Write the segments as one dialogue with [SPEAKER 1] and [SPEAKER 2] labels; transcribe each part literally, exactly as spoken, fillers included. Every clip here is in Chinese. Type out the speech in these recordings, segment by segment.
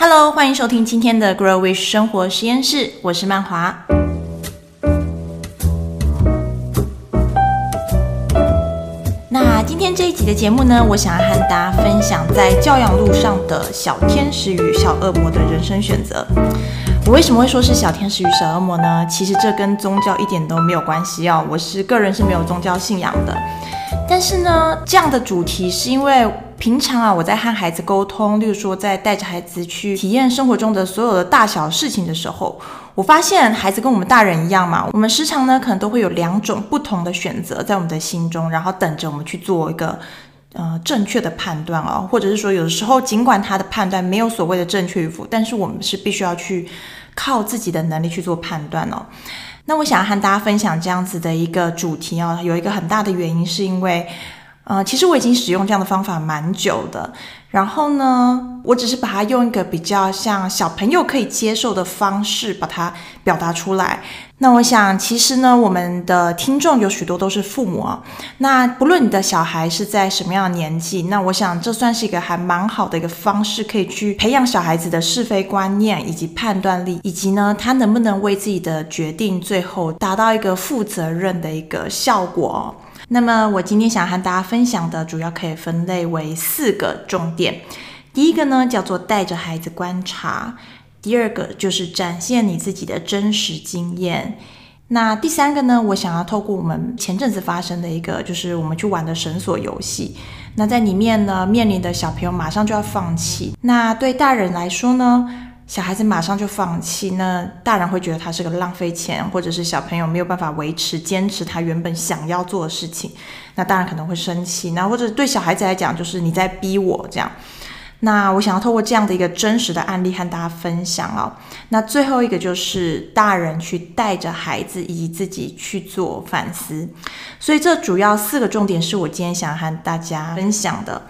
[SPEAKER 1] Hello， 欢迎收听今天的 Grow Wish 生活实验室，我是曼华。那今天这一集的节目呢，我想要和大家分享在教养路上的小天使与小恶魔的人生选择。我为什么会说是小天使与小恶魔呢？其实这跟宗教一点都没有关系哦，我是个人是没有宗教信仰的。但是呢，这样的主题是因为平常啊，我在和孩子沟通，例如说在带着孩子去体验生活中的所有的大小事情的时候，我发现孩子跟我们大人一样嘛，我们时常呢可能都会有两种不同的选择在我们的心中，然后等着我们去做一个呃正确的判断哦，或者是说有的时候尽管他的判断没有所谓的正确与否，但是我们是必须要去靠自己的能力去做判断哦。那我想要和大家分享这样子的一个主题哦，有一个很大的原因是因为呃，其实我已经使用这样的方法蛮久的，然后呢，我只是把它用一个比较像小朋友可以接受的方式把它表达出来。那我想其实呢，我们的听众有许多都是父母啊，那不论你的小孩是在什么样的年纪，那我想这算是一个还蛮好的一个方式，可以去培养小孩子的是非观念以及判断力，以及呢，他能不能为自己的决定最后达到一个负责任的一个效果哦。那么我今天想和大家分享的主要可以分类为四个重点。第一个呢叫做带着孩子观察，第二个就是展现你自己的真实经验，那第三个呢，我想要透过我们前阵子发生的一个就是我们去玩的绳索游戏，那在里面呢面临的小朋友马上就要放弃，那对大人来说呢，小孩子马上就放弃，那大人会觉得他是个浪费钱，或者是小朋友没有办法维持坚持他原本想要做的事情，那大人可能会生气，那或者对小孩子来讲就是你在逼我这样。那我想要透过这样的一个真实的案例和大家分享哦。那最后一个就是大人去带着孩子以及自己去做反思，所以这主要四个重点是我今天想和大家分享的。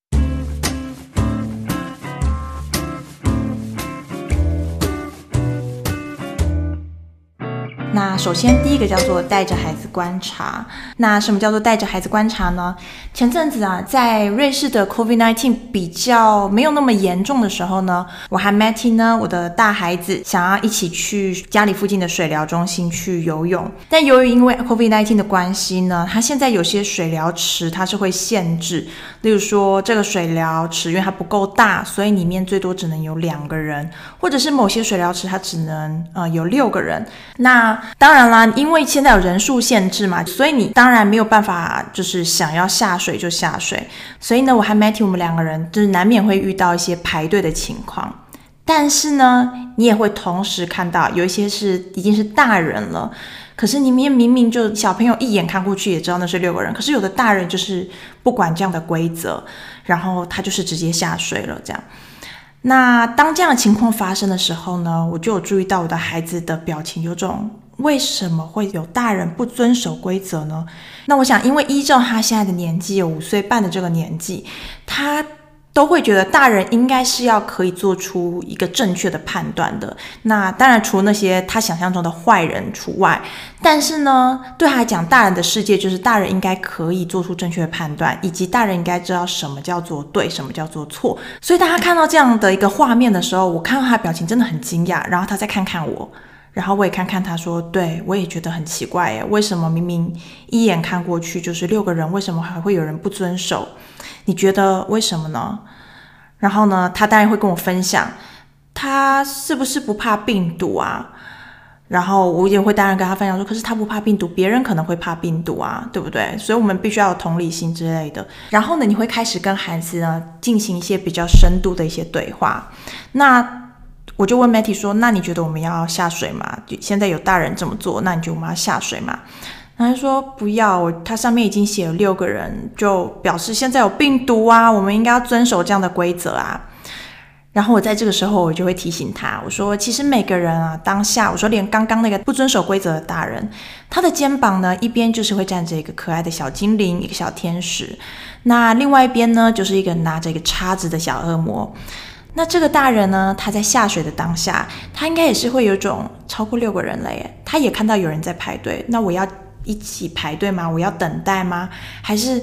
[SPEAKER 1] 那首先第一个叫做带着孩子观察，那什么叫做带着孩子观察呢？前阵子啊，在瑞士的 COVID 十九 比较没有那么严重的时候呢，我和 Matty 呢，我的大孩子想要一起去家里附近的水疗中心去游泳，但由于因为 COVID 十九 的关系呢，它现在有些水疗池它是会限制，例如说这个水疗池因为它不够大，所以里面最多只能有两个人，或者是某些水疗池它只能呃有六个人。那当然啦，因为现在有人数限制嘛，所以你当然没有办法就是想要下水就下水，所以呢，我和 Matty 我们两个人就是难免会遇到一些排队的情况，但是呢，你也会同时看到有一些是已经是大人了，可是你明明就小朋友一眼看过去也知道那是六个人，可是有的大人就是不管这样的规则，然后他就是直接下水了这样。那当这样的情况发生的时候呢，我就有注意到我的孩子的表情有种为什么会有大人不遵守规则呢？那我想因为依照他现在的年纪，有五岁半的这个年纪，他都会觉得大人应该是要可以做出一个正确的判断的，那当然除了那些他想象中的坏人除外，但是呢，对他来讲大人的世界就是大人应该可以做出正确的判断，以及大人应该知道什么叫做对，什么叫做错。所以当他看到这样的一个画面的时候，我看到他的表情真的很惊讶，然后他再看看我，然后我也看看他说，对，我也觉得很奇怪耶，为什么明明一眼看过去就是六个人，为什么还会有人不遵守？你觉得为什么呢？然后呢，他当然会跟我分享他是不是不怕病毒啊，然后我也会当然跟他分享说，可是他不怕病毒，别人可能会怕病毒啊，对不对？所以我们必须要有同理心之类的。然后呢，你会开始跟孩子呢进行一些比较深度的一些对话。那我就问 Matty 说，那你觉得我们要下水吗？现在有大人这么做，那你觉得我们要下水吗？他说不要，他上面已经写了六个人，就表示现在有病毒啊，我们应该要遵守这样的规则啊。然后我在这个时候我就会提醒他，我说其实每个人啊，当下我说连刚刚那个不遵守规则的大人，他的肩膀呢一边就是会站着一个可爱的小精灵，一个小天使，那另外一边呢就是一个拿着一个叉子的小恶魔。那这个大人呢，他在下水的当下，他应该也是会有一种超过六个人了耶，他也看到有人在排队，那我要一起排队吗？我要等待吗？还是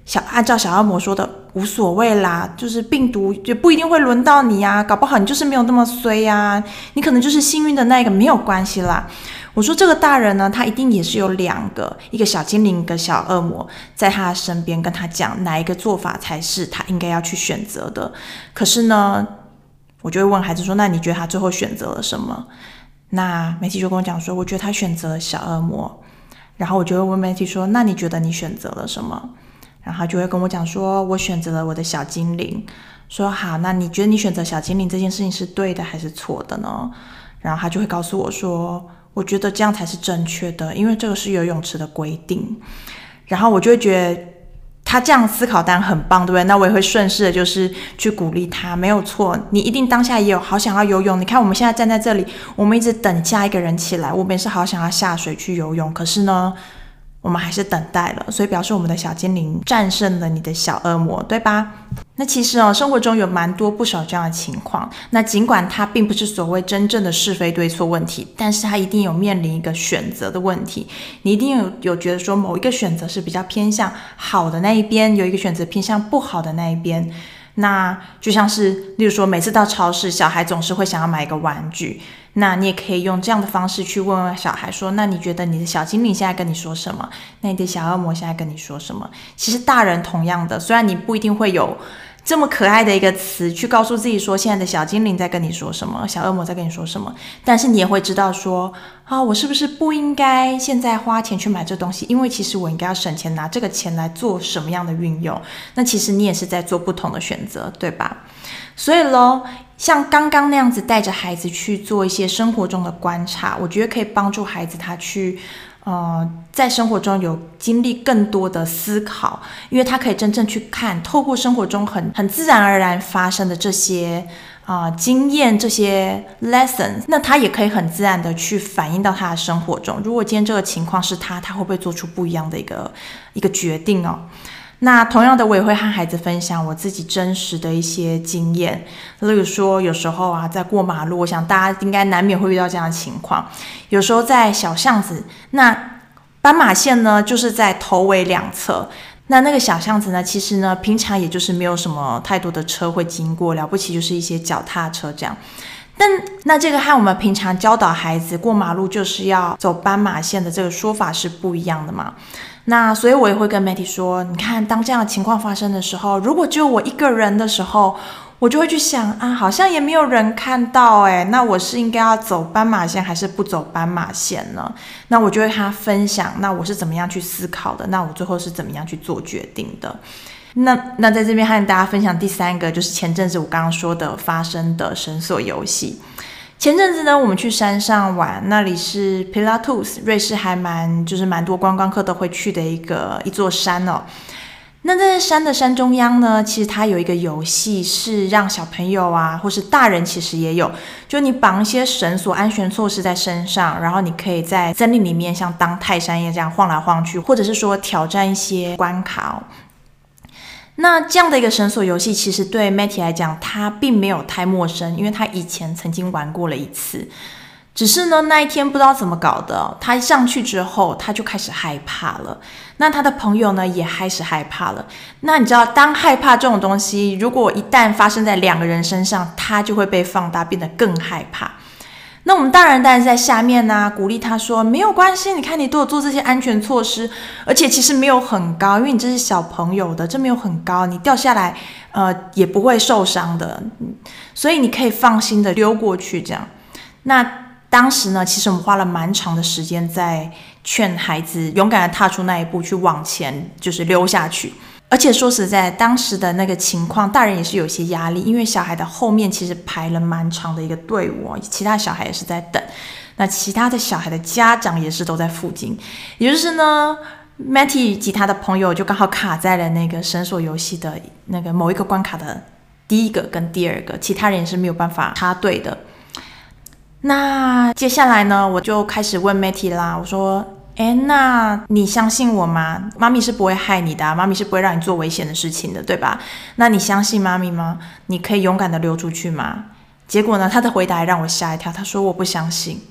[SPEAKER 1] 小按照小恶魔说的无所谓啦，就是病毒就不一定会轮到你啊，搞不好你就是没有那么衰啊，你可能就是幸运的那一个，没有关系啦。我说这个大人呢，他一定也是有两个，一个小精灵，一个小恶魔，在他身边跟他讲哪一个做法才是他应该要去选择的。可是呢，我就会问孩子说，那你觉得他最后选择了什么？那媒体就跟我讲说，我觉得他选择了小恶魔。然后我就会问媒体说，那你觉得你选择了什么？然后他就会跟我讲说，我选择了我的小精灵。说好，那你觉得你选择小精灵这件事情是对的还是错的呢？然后他就会告诉我说，我觉得这样才是正确的，因为这个是游泳池的规定。然后我就会觉得他这样思考当然很棒，对不对？那我也会顺势的就是去鼓励他，没有错，你一定当下也有好想要游泳。你看我们现在站在这里，我们一直等下一个人起来，我们也是好想要下水去游泳，可是呢我们还是等待了，所以表示我们的小精灵战胜了你的小恶魔，对吧？那其实哦，生活中有蛮多不少这样的情况。那尽管它并不是所谓真正的是非对错问题，但是它一定有面临一个选择的问题。你一定有有觉得说某一个选择是比较偏向好的那一边，有一个选择偏向不好的那一边。那就像是，例如说，每次到超市，小孩总是会想要买一个玩具。那你也可以用这样的方式去问问小孩说，那你觉得你的小精灵现在跟你说什么？那你的小恶魔现在跟你说什么？其实大人同样的，虽然你不一定会有这么可爱的一个词去告诉自己说现在的小精灵在跟你说什么，小恶魔在跟你说什么，但是你也会知道说啊，我是不是不应该现在花钱去买这东西，因为其实我应该要省钱，拿这个钱来做什么样的运用。那其实你也是在做不同的选择，对吧？所以咯，像刚刚那样子带着孩子去做一些生活中的观察，我觉得可以帮助孩子他去呃，在生活中有经历更多的思考，因为他可以真正去看，透过生活中很很自然而然发生的这些啊、呃、经验，这些 lessons， 那他也可以很自然的去反映到他的生活中。如果今天这个情况是他，他会不会做出不一样的一个一个决定哦？那同样的，我也会和孩子分享我自己真实的一些经验，例如说，有时候啊，在过马路，我想大家应该难免会遇到这样的情况。有时候在小巷子，那斑马线呢，就是在头尾两侧。那那个小巷子呢，其实呢，平常也就是没有什么太多的车会经过，了不起就是一些脚踏车这样。但那这个和我们平常教导孩子过马路就是要走斑马线的这个说法是不一样的嘛。那所以我也会跟媒体说，你看当这样的情况发生的时候，如果只有我一个人的时候，我就会去想啊，好像也没有人看到诶，那我是应该要走斑马线还是不走斑马线呢？那我就会和他分享，那我是怎么样去思考的，那我最后是怎么样去做决定的。那那在这边和大家分享第三个，就是前阵子我刚刚说的发生的绳索游戏。前阵子呢，我们去山上玩，那里是 Pilatus， 瑞士还蛮就是蛮多观光客都会去的一个一座山哦。那在山的山中央呢，其实它有一个游戏是让小朋友啊，或是大人其实也有，就你绑一些绳索安全措施在身上，然后你可以在森林里面像当泰山一样这样晃来晃去，或者是说挑战一些关卡哦。那这样的一个绳索游戏，其实对 Matty 来讲，他并没有太陌生，因为他以前曾经玩过了一次。只是呢，那一天不知道怎么搞的，他上去之后，他就开始害怕了。那他的朋友呢，也开始害怕了。那你知道，当害怕这种东西，如果一旦发生在两个人身上，他就会被放大，变得更害怕。那我们大人当然是在下面啊，鼓励他说没有关系，你看你都有做这些安全措施，而且其实没有很高，因为你这是小朋友的，这没有很高，你掉下来呃也不会受伤的，所以你可以放心的溜过去这样。那当时呢，其实我们花了蛮长的时间在劝孩子勇敢的踏出那一步，去往前就是溜下去。而且说实在，当时的那个情况，大人也是有些压力，因为小孩的后面其实排了蛮长的一个队伍，其他小孩也是在等，那其他的小孩的家长也是都在附近，也就是呢 Matty 及他的朋友就刚好卡在了那个绳索游戏的那个某一个关卡的第一个跟第二个，其他人也是没有办法插队的。那接下来呢，我就开始问 Matty 啦，我说诶，那你相信我吗？妈咪是不会害你的啊，妈咪是不会让你做危险的事情的，对吧？那你相信妈咪吗？你可以勇敢的溜出去吗？结果呢，他的回答也让我吓一跳，他说我不相信。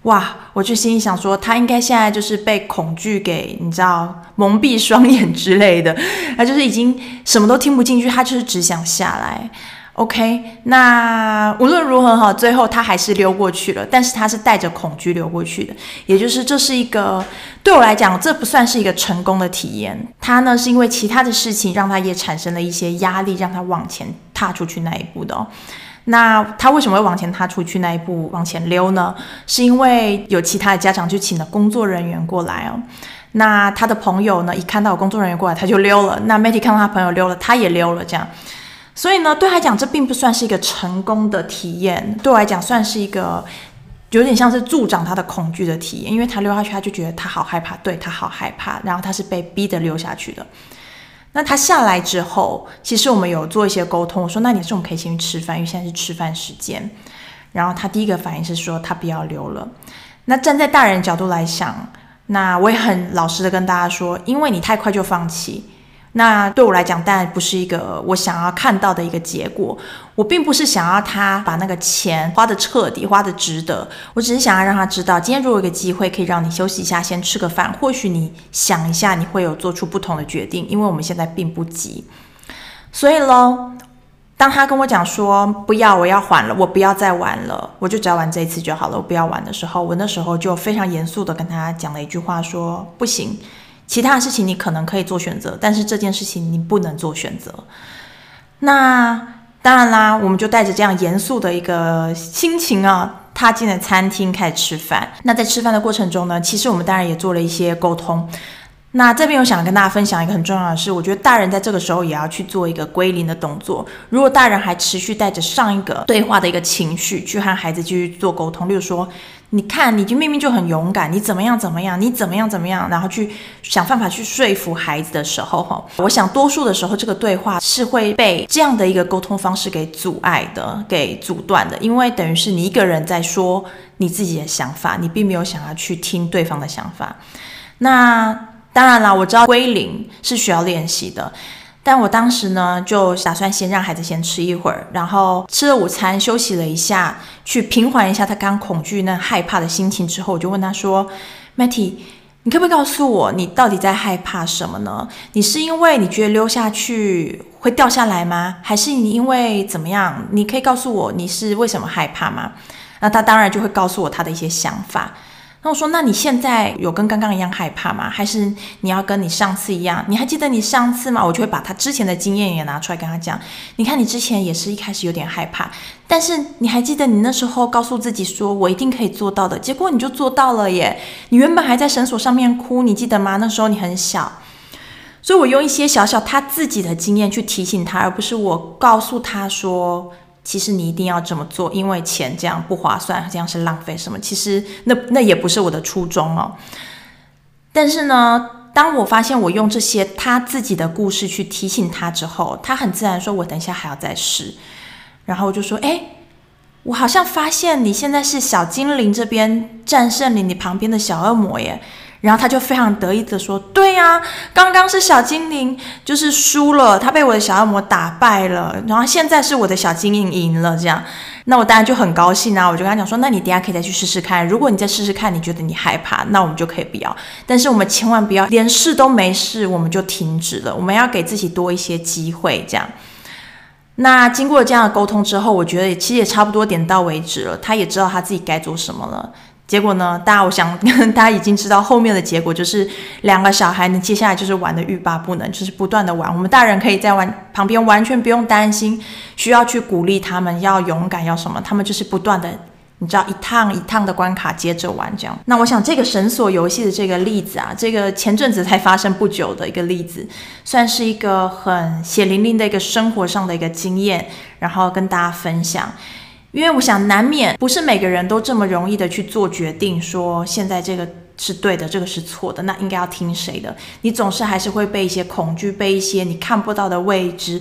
[SPEAKER 1] 哇，我就心里想说，他应该现在就是被恐惧给你知道蒙蔽双眼之类的，他就是已经什么都听不进去，他就是只想下来。OK， 那无论如何哈，最后他还是溜过去了，但是他是带着恐惧溜过去的，也就是这是一个对我来讲，这不算是一个成功的体验。他呢是因为其他的事情让他也产生了一些压力，让他往前踏出去那一步的哦。那他为什么会往前踏出去那一步往前溜呢？是因为有其他的家长就请了工作人员过来哦。那他的朋友呢，一看到有工作人员过来，他就溜了。那 Matty 看到他朋友溜了，他也溜了，这样。所以呢，对他来讲，这并不算是一个成功的体验，对我来讲算是一个有点像是助长他的恐惧的体验，因为他溜下去，他就觉得他好害怕，对，他好害怕，然后他是被逼的溜下去的。那他下来之后，其实我们有做一些沟通，我说那你是我们可以先去吃饭，因为现在是吃饭时间。然后他第一个反应是说他不要溜了。那站在大人的角度来想，那我也很老实的跟大家说，因为你太快就放弃，那对我来讲当然不是一个我想要看到的一个结果。我并不是想要他把那个钱花得彻底，花得值得，我只是想要让他知道，今天如果有一个机会可以让你休息一下，先吃个饭，或许你想一下你会有做出不同的决定，因为我们现在并不急。所以咯，当他跟我讲说不要，我要还了，我不要再玩了，我就只要玩这一次就好了，我不要玩的时候，我那时候就非常严肃的跟他讲了一句话说，不行，其他的事情你可能可以做选择，但是这件事情你不能做选择。那当然啦，我们就带着这样严肃的一个心情啊，踏进了餐厅开始吃饭。那在吃饭的过程中呢，其实我们当然也做了一些沟通。那这边我想跟大家分享一个很重要的事，我觉得大人在这个时候也要去做一个归零的动作。如果大人还持续带着上一个对话的一个情绪去和孩子继续做沟通，例如说你看你明明就很勇敢，你怎么样怎么样，你怎么样怎么样，然后去想办法去说服孩子的时候，我想多数的时候这个对话是会被这样的一个沟通方式给阻碍的，给阻断的，因为等于是你一个人在说你自己的想法，你并没有想要去听对方的想法。那当然啦，我知道归零是需要练习的，但我当时呢就打算先让孩子先吃一会儿，然后吃了午餐休息了一下，去平缓一下他刚恐惧那害怕的心情之后，我就问他说 Matty， 你可不可以告诉我你到底在害怕什么呢？你是因为你觉得溜下去会掉下来吗？还是你因为怎么样？你可以告诉我你是为什么害怕吗？那他当然就会告诉我他的一些想法。那我说，那你现在有跟刚刚一样害怕吗？还是你要跟你上次一样？你还记得你上次吗？我就会把他之前的经验也拿出来跟他讲。你看你之前也是一开始有点害怕，但是你还记得你那时候告诉自己说我一定可以做到的，结果你就做到了耶。你原本还在绳索上面哭，你记得吗？那时候你很小。所以我用一些小小他自己的经验去提醒他，而不是我告诉他说其实你一定要这么做，因为钱这样不划算，这样是浪费什么，其实那那也不是我的初衷哦。但是呢，当我发现我用这些他自己的故事去提醒他之后，他很自然说我等一下还要再试。然后我就说诶，我好像发现你现在是小精灵这边战胜了你旁边的小恶魔耶。然后他就非常得意的说，对啊，刚刚是小精灵就是输了，他被我的小恶魔打败了，然后现在是我的小精灵赢了这样。那我当然就很高兴啊，我就跟他讲说，那你等一下可以再去试试看，如果你再试试看你觉得你害怕，那我们就可以不要，但是我们千万不要连试都没试我们就停止了，我们要给自己多一些机会这样。那经过这样的沟通之后，我觉得其实也差不多点到为止了，他也知道他自己该做什么了。结果呢，大家我想大家已经知道后面的结果，就是两个小孩呢接下来就是玩的欲罢不能，就是不断的玩，我们大人可以在玩旁边完全不用担心，需要去鼓励他们要勇敢要什么，他们就是不断的你知道一趟一趟的关卡接着玩这样。那我想这个绳索游戏的这个例子啊，这个前阵子才发生不久的一个例子，算是一个很血淋淋的一个生活上的一个经验，然后跟大家分享。因为我想难免不是每个人都这么容易的去做决定，说现在这个是对的，这个是错的，那应该要听谁的？你总是还是会被一些恐惧，被一些你看不到的未知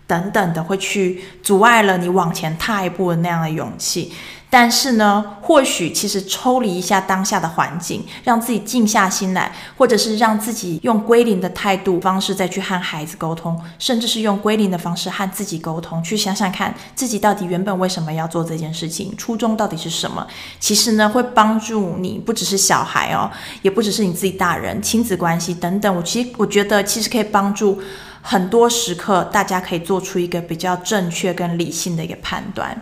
[SPEAKER 1] 等等的，会去阻碍了你往前踏一步的那样的勇气。但是呢，或许其实抽离一下当下的环境，让自己静下心来，或者是让自己用归零的态度方式再去和孩子沟通，甚至是用归零的方式和自己沟通，去想想看自己到底原本为什么要做这件事情，初衷到底是什么。其实呢，会帮助你不只是小孩哦，也不只是你自己大人，亲子关系等等。我其实我觉得其实可以帮助很多时刻，大家可以做出一个比较正确跟理性的一个判断。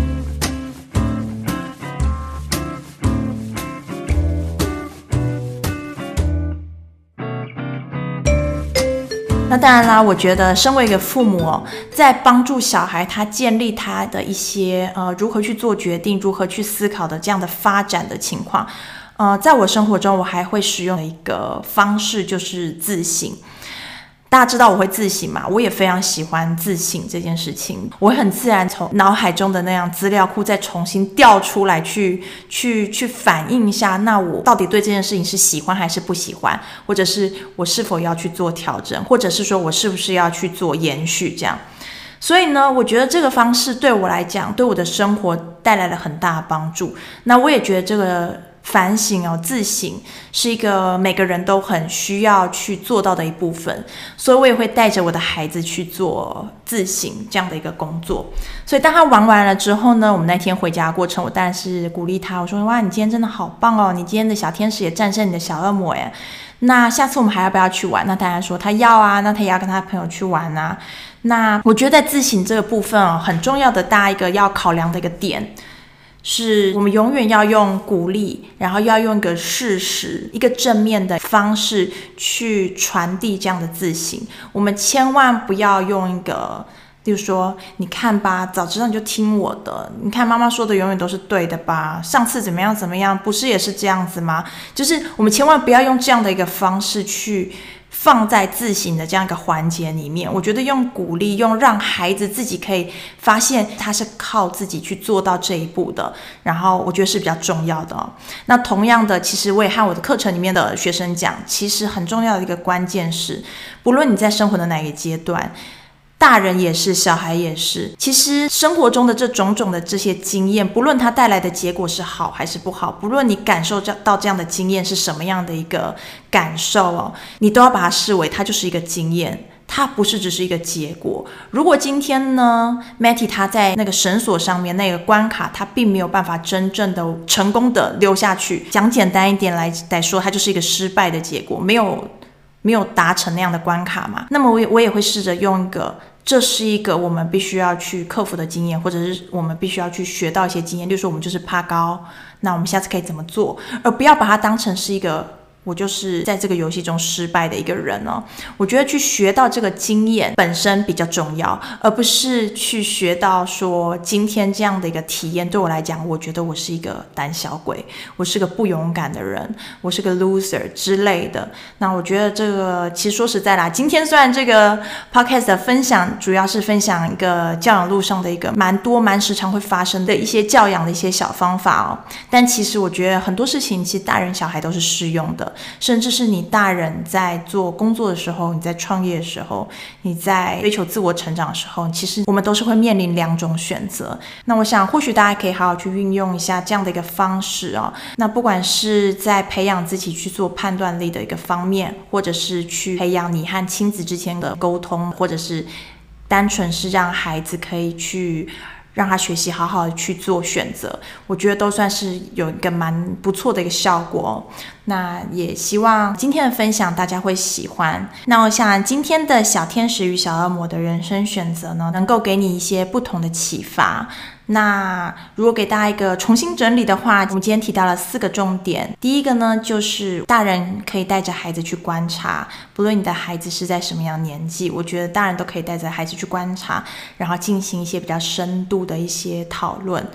[SPEAKER 1] 那当然啦，我觉得身为一个父母哦，在帮助小孩他建立他的一些呃如何去做决定、如何去思考的这样的发展的情况，呃，在我生活中我还会使用的一个方式就是自省。大家知道我会自省嘛？我也非常喜欢自省这件事情。我会很自然从脑海中的那样资料库再重新调出来去，去去反映一下，那我到底对这件事情是喜欢还是不喜欢，或者是我是否要去做调整，或者是说我是不是要去做延续这样。所以呢，我觉得这个方式对我来讲，对我的生活带来了很大的帮助。那我也觉得这个反省哦，自省是一个每个人都很需要去做到的一部分，所以我也会带着我的孩子去做自省这样的一个工作。所以当他玩完了之后呢，我们那天回家的过程，我当然是鼓励他，我说哇，你今天真的好棒哦，你今天的小天使也战胜你的小恶魔耶，那下次我们还要不要去玩？那当然说他要啊，那他也要跟他朋友去玩啊。那我觉得在自省这个部分哦，很重要的大家一个要考量的一个点，是我们永远要用鼓励，然后要用一个事实、一个正面的方式去传递这样的自省。我们千万不要用一个，例如说，你看吧，早知道你就听我的，你看妈妈说的永远都是对的吧？上次怎么样怎么样，不是也是这样子吗？就是我们千万不要用这样的一个方式去放在自省的这样一个环节里面。我觉得用鼓励，用让孩子自己可以发现他是靠自己去做到这一步的，然后我觉得是比较重要的哦。那同样的，其实我也和我的课程里面的学生讲，其实很重要的一个关键是，不论你在生活的哪个阶段，大人也是，小孩也是，其实生活中的这种种的这些经验，不论它带来的结果是好还是不好，不论你感受到这样的经验是什么样的一个感受哦，你都要把它视为它就是一个经验，它不是只是一个结果。如果今天呢 Matty 他在那个绳索上面那个关卡，他并没有办法真正的成功的溜下去，讲简单一点来来说，它就是一个失败的结果，没有没有达成那样的关卡嘛。那么我也我也会试着用一个，这是一个我们必须要去克服的经验，或者是我们必须要去学到一些经验，例如说我们就是怕高，那我们下次可以怎么做，而不要把它当成是一个我就是在这个游戏中失败的一个人哦。我觉得去学到这个经验本身比较重要，而不是去学到说今天这样的一个体验对我来讲，我觉得我是一个胆小鬼，我是个不勇敢的人，我是个 loser 之类的。那我觉得这个其实说实在啦，今天虽然这个 podcast 的分享主要是分享一个教养路上的一个蛮多蛮时常会发生的一些教养的一些小方法哦，但其实我觉得很多事情其实大人小孩都是适用的，甚至是你大人在做工作的时候，你在创业的时候，你在追求自我成长的时候，其实我们都是会面临两种选择。那我想或许大家可以好好去运用一下这样的一个方式哦。那不管是在培养自己去做判断力的一个方面，或者是去培养你和亲子之间的沟通，或者是单纯是让孩子可以去让他学习好好的去做选择，我觉得都算是有一个蛮不错的一个效果哦。那也希望今天的分享大家会喜欢。那我想今天的小天使与小恶魔的人生选择呢，能够给你一些不同的启发。那如果给大家一个重新整理的话，我们今天提到了四个重点。第一个呢，就是大人可以带着孩子去观察，不论你的孩子是在什么样的年纪，我觉得大人都可以带着孩子去观察，然后进行一些比较深度的一些讨论。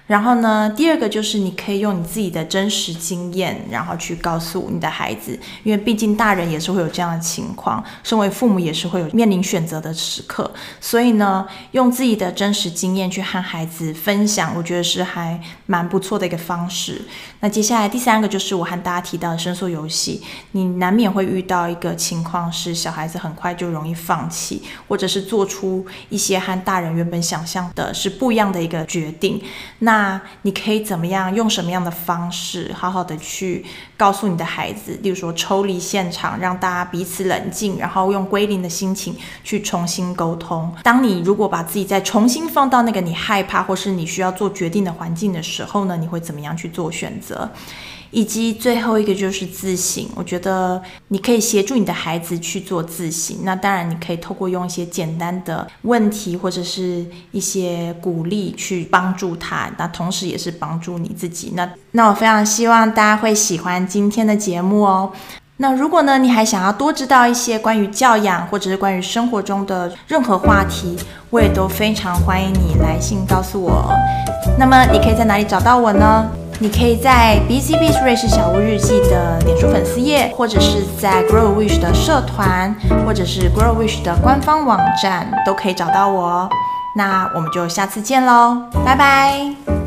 [SPEAKER 1] 然后呢，第二个就是你可以用你自己的真实经验，然后去告诉你的孩子，因为毕竟大人也是会有这样的情况，身为父母也是会有面临选择的时刻，所以呢，用自己的真实经验去和孩子分享，我觉得是还蛮不错的一个方式。那接下来第三个就是我和大家提到的伸缩游戏，你难免会遇到一个情况是小孩子很快就容易放弃，或者是做出一些和大人原本想象的是不一样的一个决定。那你可以怎么样，用什么样的方式好好的去告诉你的孩子，例如说抽离现场，让大家彼此冷静，然后用归零的心情去重新沟通。当你如果把自己再重新放到那个你害怕或是你需要做决定的环境的时候呢，你会怎么样去做选择？以及最后一个就是自省，我觉得你可以协助你的孩子去做自省。那当然你可以透过用一些简单的问题或者是一些鼓励去帮助他，那同时也是帮助你自己。那那我非常希望大家会喜欢今天的节目哦。那如果呢你还想要多知道一些关于教养或者是关于生活中的任何话题，我也都非常欢迎你来信告诉我。那么你可以在哪里找到我呢？你可以在 B C Bees 瑞士小屋日记的脸书粉丝页，或者是在 Grow a Wish 的社团，或者是 Grow a Wish 的官方网站都可以找到我哦。那我们就下次见咯，拜拜。